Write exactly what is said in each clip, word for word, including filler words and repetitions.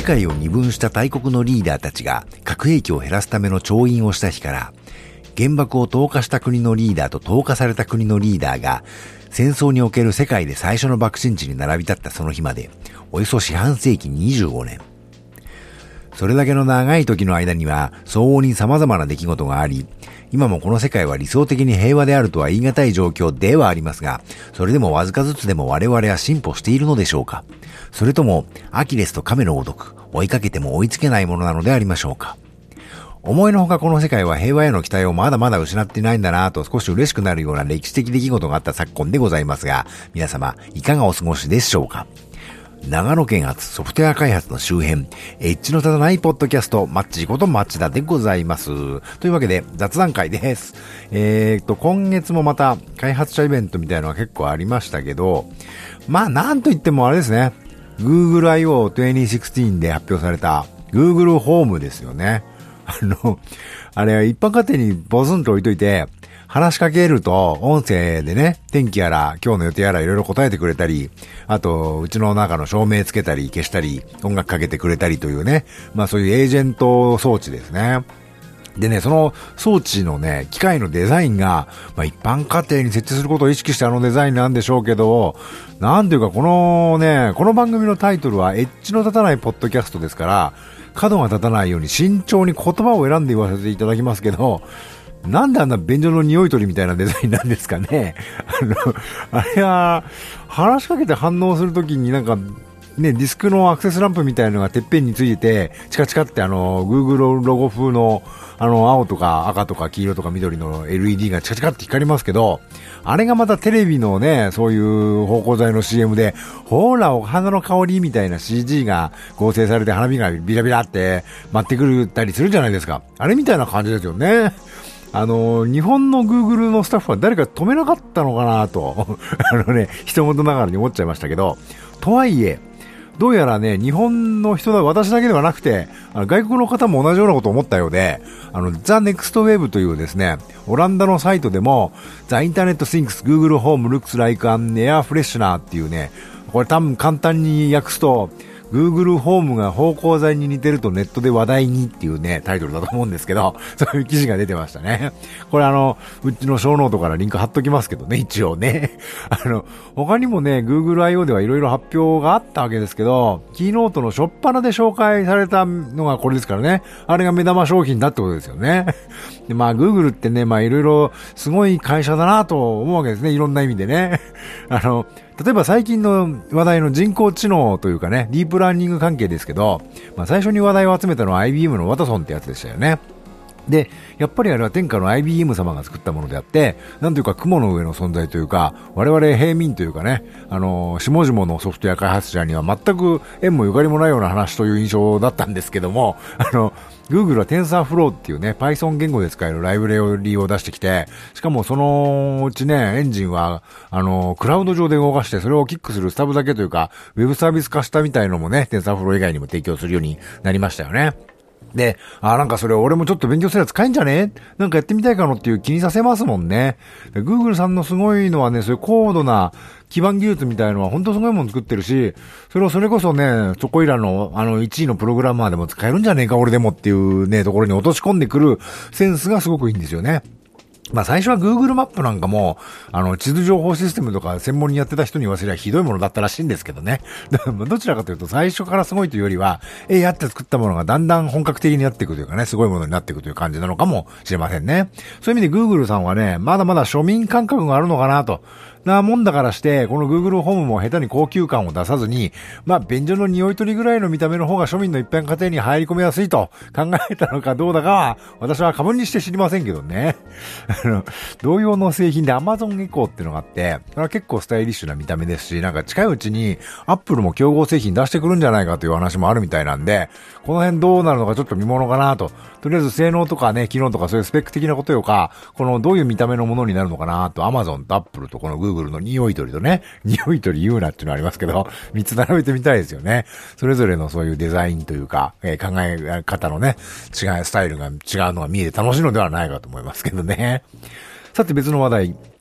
世界を二分した大国のリーダーたちが核兵器を減らすための調印をした日から、原爆を投下した国のリーダーと投下された国のリーダーが戦争における世界で最初の爆心地に並び立ったその日まで、およそ四半世紀にじゅうごねん。それだけの長い時の間には相応に様々な出来事があり、今もこの世界は理想的に平和であるとは言い難い状況ではありますが、それでもわずかずつでも我々は進歩しているのでしょうか。それともアキレスとカメのごとく追いかけても追いつけないものなのでありましょうか。思いのほかこの世界は平和への期待をまだまだ失っていないんだなぁと少し嬉しくなるような歴史的出来事があった昨今でございますが、皆様いかがお過ごしでしょうか。長野県発ソフトウェア開発の周辺、エッジの立たないポッドキャスト、マッチことマッチだでございます。というわけで雑談会です。えーと、今月もまた開発者イベントみたいなのが結構ありましたけど、まあなんといってもあれですね、Google アイオーにせんじゅうろくで発表された Google ホームですよね。あの、あれは一般家庭にボスンと置いといて、話しかけると音声でね、天気やら今日の予定やらいろいろ答えてくれたり、あとうちの中の照明つけたり消したり音楽かけてくれたりというね、まあそういうエージェント装置ですね。でね、その装置のね、機械のデザインが、まあ一般家庭に設置することを意識してあのデザインなんでしょうけど、なんていうかこのね、この番組のタイトルはエッジの立たないポッドキャストですから、角が立たないように慎重に言葉を選んで言わせていただきますけど、なんであんな便所の匂い取りみたいなデザインなんですかね。あの、あれは、話しかけて反応するときになんか、ね、ディスクのアクセスランプみたいなのがてっぺんについてて、チカチカってあの、Google ロゴ風の、あの、青とか赤とか黄色とか緑の エルイーディー がチカチカって光りますけど、あれがまたテレビのね、そういう芳香剤の シーエム で、ほら、お花の香りみたいな シージー が合成されて花火がビラビラって舞ってくるたりするじゃないですか。あれみたいな感じですよね。あの、日本の Google のスタッフは誰か止めなかったのかなと、あのね、人事ながらに思っちゃいましたけど、とはいえ、どうやらね、日本の人だ、私だけではなくて、あの外国の方も同じようなことを思ったようで、あの、ザ・ネクストウェブというですね、オランダのサイトでも、The Internet Thinks Google Home Looks Like an Air Freshener っていうね、これ多分簡単に訳すと、Google ホームが芳香剤に似てるとネットで話題にっていうね、タイトルだと思うんですけど、そういう記事が出てましたね。これあの、うちの小ノートからリンク貼っときますけどね、一応ね。あの、他にもね、Google アイオー ではいろいろ発表があったわけですけど、キーノートの初っ端で紹介されたのがこれですからね。あれが目玉商品だってことですよね。で、まあ Google ってね、まあいろいろすごい会社だなと思うわけですね。いろんな意味でね。あの、例えば最近の話題の人工知能というかね、ディープラーニング関係ですけど、まあ最初に話題を集めたのは アイビーエム のワトソンってやつでしたよね。で、やっぱりあれは天下の アイビーエム 様が作ったものであって、なんというか雲の上の存在というか、我々平民というかね、あの、下々のソフトウェア開発者には全く縁もゆかりもないような話という印象だったんですけども、あの、Google は TensorFlow っていうね、Python 言語で使えるライブラリを出してきて、しかもそのうちね、エンジンは、あの、クラウド上で動かして、それをキックするスタブだけというか、ウェブサービス化したみたいのもね、TensorFlow 以外にも提供するようになりましたよね。で、あ、なんかそれ俺もちょっと勉強すれば使えんじゃね？なんかやってみたいかのっていう気にさせますもんね。Google さんのすごいのはね、そういう高度な基盤技術みたいのは本当すごいもの作ってるし、それをそれこそね、そこいらのあのいちいのプログラマーでも使えるんじゃねえか俺でもっていうね、ところに落とし込んでくるセンスがすごくいいんですよね。まあ最初は Google マップなんかも、あの、地図情報システムとか専門にやってた人に言わせりゃひどいものだったらしいんですけどね。どちらかというと最初からすごいというよりは、え、やって作ったものがだんだん本格的になっていくというかね、すごいものになっていくという感じなのかもしれませんね。そういう意味で Google さんはね、まだまだ庶民感覚があるのかなと。なもんだからして、この Google ホームも下手に高級感を出さずに、まあ、便所の匂い取りぐらいの見た目の方が庶民の一般家庭に入り込みやすいと考えたのかどうだかは、私は過分にして知りませんけどね。あの、同様の製品で Amazon Echo っていうのがあって、これは結構スタイリッシュな見た目ですし、なんか近いうちに Apple も競合製品出してくるんじゃないかという話もあるみたいなんで、この辺どうなるのかちょっと見ものかなと。とりあえず性能とかね、機能とかそういうスペック的なことよか、このどういう見た目のものになるのかなと、Amazon と Apple とこの Google の匂い取りとね、匂い取り言うなっていうのありますけど、三つ並べてみたいですよね。それぞれのそういうデザインというか、えー、考え方のね、違い、スタイルが違うのが見えて楽しいのではないかと思いますけどね。さて別の話題。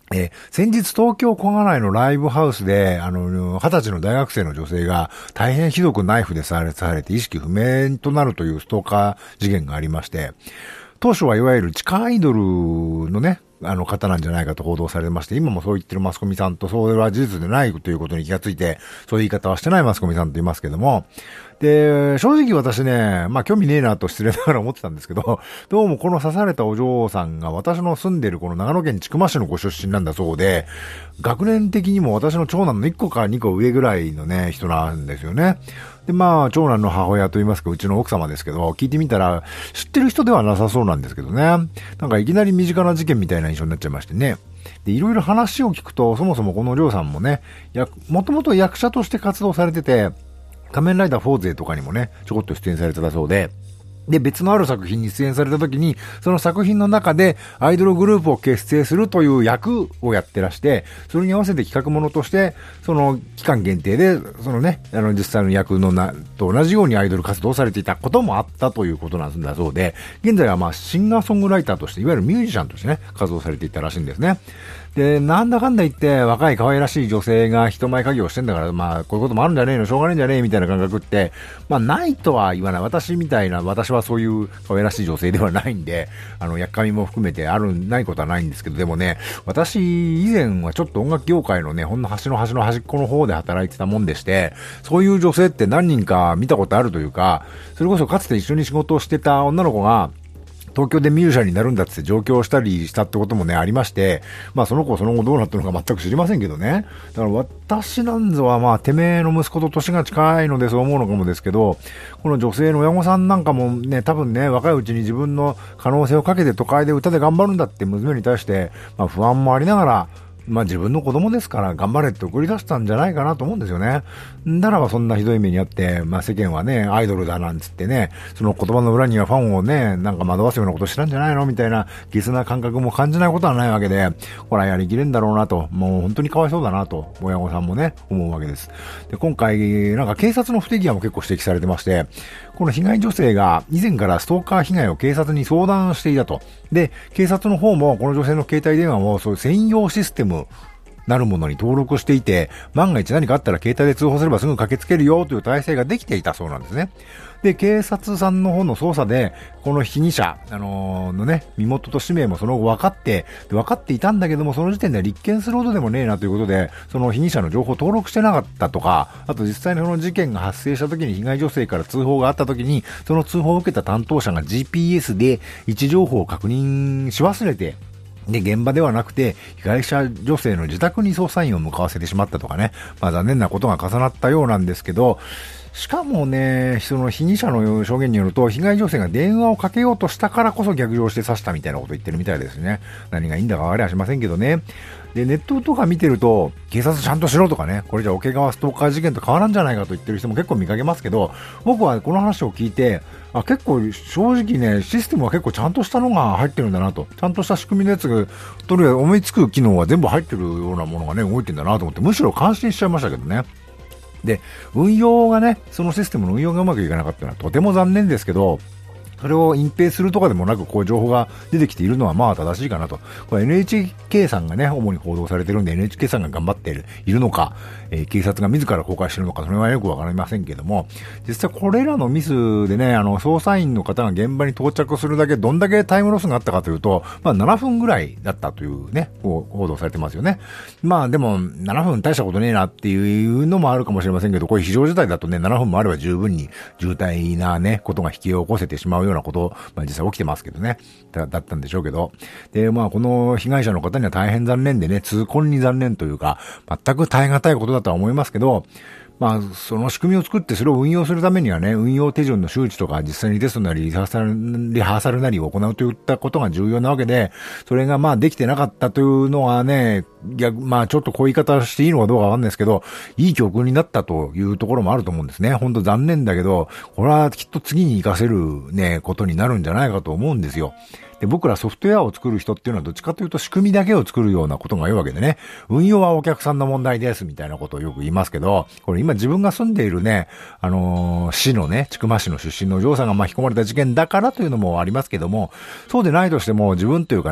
えー、先日東京小金井のライブハウスで、あの、二十歳の大学生の女性が大変ひどくナイフで刺されて意識不明となるというストーカー事件がありまして、当初はいわゆる地下アイドルのね、あの方なんじゃないかと報道されてまして、今もそう言ってるマスコミさんと、それは事実でないということに気がついて、そういう言い方はしてないマスコミさんと言いますけども、で、正直私ね、まあ興味ねえなと失礼ながら思ってたんですけど、どうもこの刺されたお嬢さんが私の住んでるこの長野県千曲市のご出身なんだそうで、学年的にも私の長男のいっこかにこ上ぐらいのね、人なんですよね。で、まあ、長男の母親と言いますか、うちの奥様ですけど、聞いてみたら、知ってる人ではなさそうなんですけどね。なんかいきなり身近な事件みたいな印象になっちゃいましてね。で、いろいろ話を聞くと、そもそもこのお嬢さんもね、や、もともと役者として活動されてて、仮面ライダーフォーゼとかにもね、ちょこっと出演されてたそうで、で、別のある作品に出演された時に、その作品の中でアイドルグループを結成するという役をやってらして、それに合わせて企画ものとして、その期間限定で、そのね、あの実際の役のな、と同じようにアイドル活動をされていたこともあったということなんだそうで、現在はまあシンガーソングライターとして、いわゆるミュージシャンとしてね、活動されていたらしいんですね。で、なんだかんだ言って若い可愛らしい女性が人前稼業してんだから、まあこういうこともあるんじゃねえの、しょうがねえんじゃねえみたいな感覚って、まあないとは言わない。私みたいな、私はそういう可愛らしい女性ではないんで、あの、やっかみも含めてある、ないことはないんですけど、でもね、私以前はちょっと音楽業界のね、ほんの端の端の端っこの方で働いてたもんでして、そういう女性って何人か見たことあるというか、それこそかつて一緒に仕事をしてた女の子が、東京でミュージシャンになるんだって上京したりしたってこともね、ありまして、まあその子その後どうなったのか全く知りませんけどね。だから私なんぞはまあてめえの息子と年が近いのでそう思うのかもですけど、この女性の親御さんなんかもね、多分ね、若いうちに自分の可能性をかけて都会で歌で頑張るんだって娘に対して、まあ不安もありながら、まあ自分の子供ですから頑張れって送り出したんじゃないかなと思うんですよね。ならばそんなひどい目にあって、まあ世間はね、アイドルだなんつってね、その言葉の裏にはファンをね、なんか惑わすようなことしたんじゃないのみたいな、ゲスな感覚も感じないことはないわけで、ほらやりきれんだろうなと、もう本当にかわいそうだなと、親御さんもね、思うわけです。で、今回、なんか警察の不手際も結構指摘されてまして、この被害女性が以前からストーカー被害を警察に相談していたと。で、警察の方もこの女性の携帯電話もそういう専用システムなるものに登録していて、万が一何かあったら携帯で通報すればすぐ駆けつけるよという体制ができていたそうなんですね。で、警察さんの方の捜査で、この被疑者、あのー、のね、身元と氏名もその後分かって、分かっていたんだけども、その時点では立件するほどでもねえなということで、その被疑者の情報を登録してなかったとか、あと実際にその事件が発生した時に被害女性から通報があった時に、その通報を受けた担当者が ジーピーエス で位置情報を確認し忘れて、で、現場ではなくて、被害者女性の自宅に捜査員を向かわせてしまったとかね、まあ残念なことが重なったようなんですけど、しかもね、その被疑者の証言によると、被害女性が電話をかけようとしたからこそ逆上して刺したみたいなことを言ってるみたいですね。何がいいんだかわかりはしませんけどね。で、ネットとか見てると、警察ちゃんとしろとかね、これじゃ桶川ストーカー事件と変わらんじゃないかと言ってる人も結構見かけますけど、僕はこの話を聞いて、あ、結構正直ね、システムは結構ちゃんとしたのが入ってるんだなと。ちゃんとした仕組みのやつが、とりあえず思いつく機能は全部入ってるようなものがね、動いてんだなと思って、むしろ感心しちゃいましたけどね。で、運用がね、そのシステムの運用がうまくいかなかったのはとても残念ですけど、それを隠蔽するとかでもなく、こう情報が出てきているのはまあ正しいかなと。これ エヌエイチケー さんがね、主に報道されてるんで エヌエイチケー さんが頑張っている、いるのか、えー、警察が自ら公開しているのか、それはよくわかりませんけども、実際これらのミスでね、あの、捜査員の方が現場に到着するだけ、どんだけタイムロスがあったかというと、まあななふんぐらいだったというね、こう報道されてますよね。まあでも、ななふん大したことねえなっていうのもあるかもしれませんけど、こういう非常事態だとね、ななふんもあれば十分に渋滞なね、ことが引き起こせてしまうようなこと、まあ実際起きてますけどね。だ、だったんでしょうけど。で、まあこの被害者の方には大変残念でね、痛恨に残念というか、全く耐え難いことだとは思いますけど、まあ、その仕組みを作ってそれを運用するためにはね、運用手順の周知とか実際にテストなりリハーサル、リハーサルなりを行うといったことが重要なわけで、それがまあできてなかったというのはね、逆、まあちょっとこういう言い方していいのかどうかわかんないですけど、いい教訓になったというところもあると思うんですね。ほんと残念だけど、これはきっと次に活かせるね、ことになるんじゃないかと思うんですよ。で、僕らソフトウェアを作る人っていうのはどっちかというと仕組みだけを作るようなことが多いわけでね、運用はお客さんの問題ですみたいなことをよく言いますけど、これ今自分が住んでいるね、あのー、市のね、千曲市の出身のお嬢さんが巻き込まれた事件だからというのもありますけども、そうでないとしても自分というかね、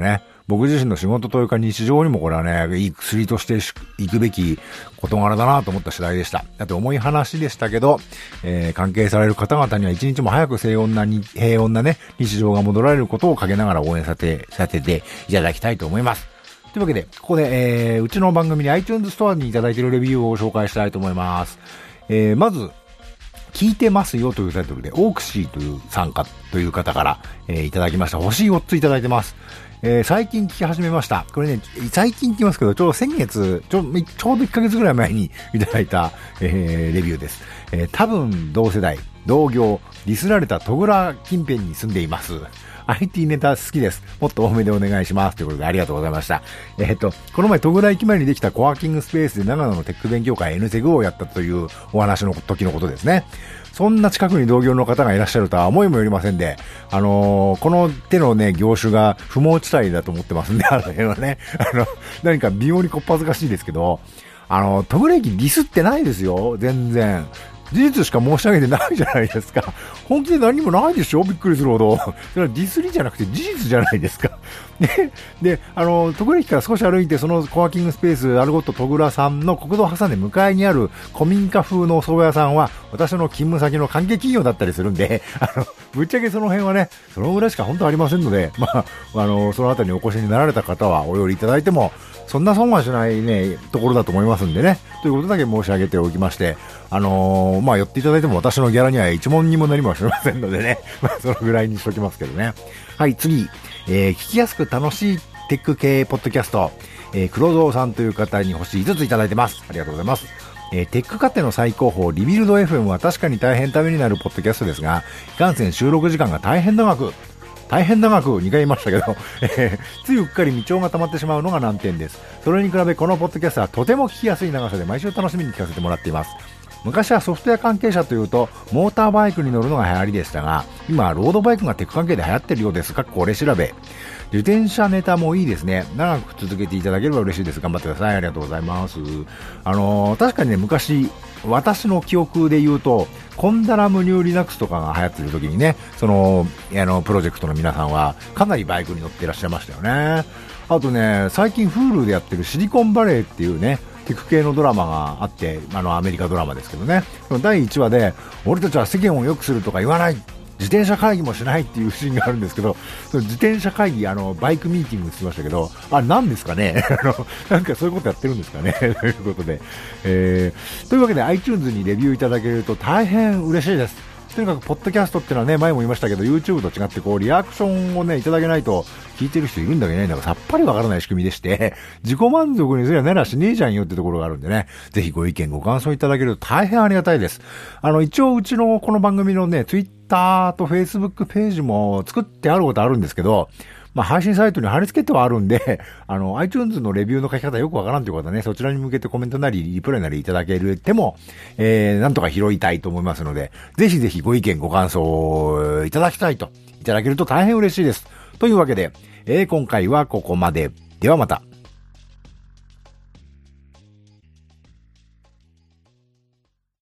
僕自身の仕事というか日常にもこれはね、いい薬としていくべき事柄だなと思った次第でした。だって重い話でしたけど、えー、関係される方々には一日も早く平穏なに、平穏なね、日常が戻られることをかけながら応援させ、させていただきたいと思います。というわけで、ここで、えー、うちの番組に iTunes ストアにいただいているレビューを紹介したいと思います。えー、まず、聞いてますよというタイトルで、オークシーという参加という方から、えー、いただきました。星よっついただいてます。えー、最近聞き始めました。これね、最近聞きますけど、ちょうど先月、ちょ、ちょうどいっかげつぐらい前にいただいた、えー、レビューです。えー、多分同世代、同業、ディスられた戸倉近辺に住んでいます。アイティー ネタ好きです。もっと多めでお願いします。ということでありがとうございました。えっと、この前、戸倉駅前にできたコワーキングスペースで長野のテック勉強会 エヌセグ をやったというお話の時のことですね。そんな近くに同業の方がいらっしゃるとは思いもよりませんで、あのー、この手のね、業種が不毛地帯だと思ってますんで、あの辺はね、あの、何か微妙にこっぱずかしいですけど、あの、戸倉駅ディスってないですよ、全然。事実しか申し上げてないじゃないですか。本気で何もないでしょ、びっくりするほど。それはディスりじゃなくて事実じゃないですか。ね、で、あの、戸倉駅から少し歩いて、そのコワーキングスペース、アルゴット戸倉さんの国道を挟んで向かいにある古民家風のお蕎麦屋さんは、私の勤務先の関係企業だったりするんで、あの、ぶっちゃけその辺はね、そのぐらいしか本当ありませんので、まあ、あの、そのあたりにお越しになられた方はお寄りいただいても、そんな損はしないね、ところだと思いますんでね。ということだけ申し上げておきまして、あのー、まあ、寄っていただいても私のギャラには一問にもなりもしませんのでね。まあ、そのぐらいにしときますけどね。はい、次。えー、聞きやすく楽しいテック系ポッドキャスト。えー、黒蔵さんという方に星いつついただいてます。ありがとうございます。えー、テック家庭の最高峰、リビルド エフエム は確かに大変ためになるポッドキャストですが、いかんせん収録時間が大変長く、大変長くにかい言いましたけど、えー、ついうっかり未調が溜まってしまうのが難点です。それに比べこのポッドキャストはとても聞きやすい長さで毎週楽しみに聞かせてもらっています。昔はソフトウェア関係者というとモーターバイクに乗るのが流行りでしたが、今はロードバイクがテック関係で流行ってるようです。かっこ俺調べ。自転車ネタもいいですね。長く続けていただければ嬉しいです。頑張ってください。ありがとうございます。あのー、確かにね、昔私の記憶で言うとコンダラムニューリナックスとかが流行ってる時にね、そのあのプロジェクトの皆さんはかなりバイクに乗っていらっしゃいましたよね。あとね、最近 Hulu でやってるシリコンバレーっていうね、テク系のドラマがあって、あのアメリカドラマですけどね、だいいちわで俺たちは世間を良くするとか言わない、自転車会議もしないっていうシーンがあるんですけど、その自転車会議、あのバイクミーティングって言ってましたけど、あれ何ですかねあのなんかそういうことやってるんですかねということで、えー、というわけで iTunes にレビューいただけると大変嬉しいです。とにかくポッドキャストっていうのはね、前も言いましたけど YouTube と違ってこうリアクションをねいただけないと聞いてる人いるんだかいないんだかさっぱりわからない仕組みでして、自己満足にすればならしねえじゃんよってところがあるんでね、ぜひご意見ご感想いただけると大変ありがたいです。あの一応うちのこの番組のね Twitter と Facebook ページも作ってあることあるんですけど、まあ、配信サイトに貼り付けてはあるんで、あの、iTunes のレビューの書き方よくわからんという方はね、そちらに向けてコメントなり、リプライなりいただけるても、えー、なんとか拾いたいと思いますので、ぜひぜひご意見ご感想をいただきたいと、いただけると大変嬉しいです。というわけで、えー、今回はここまで。ではまた。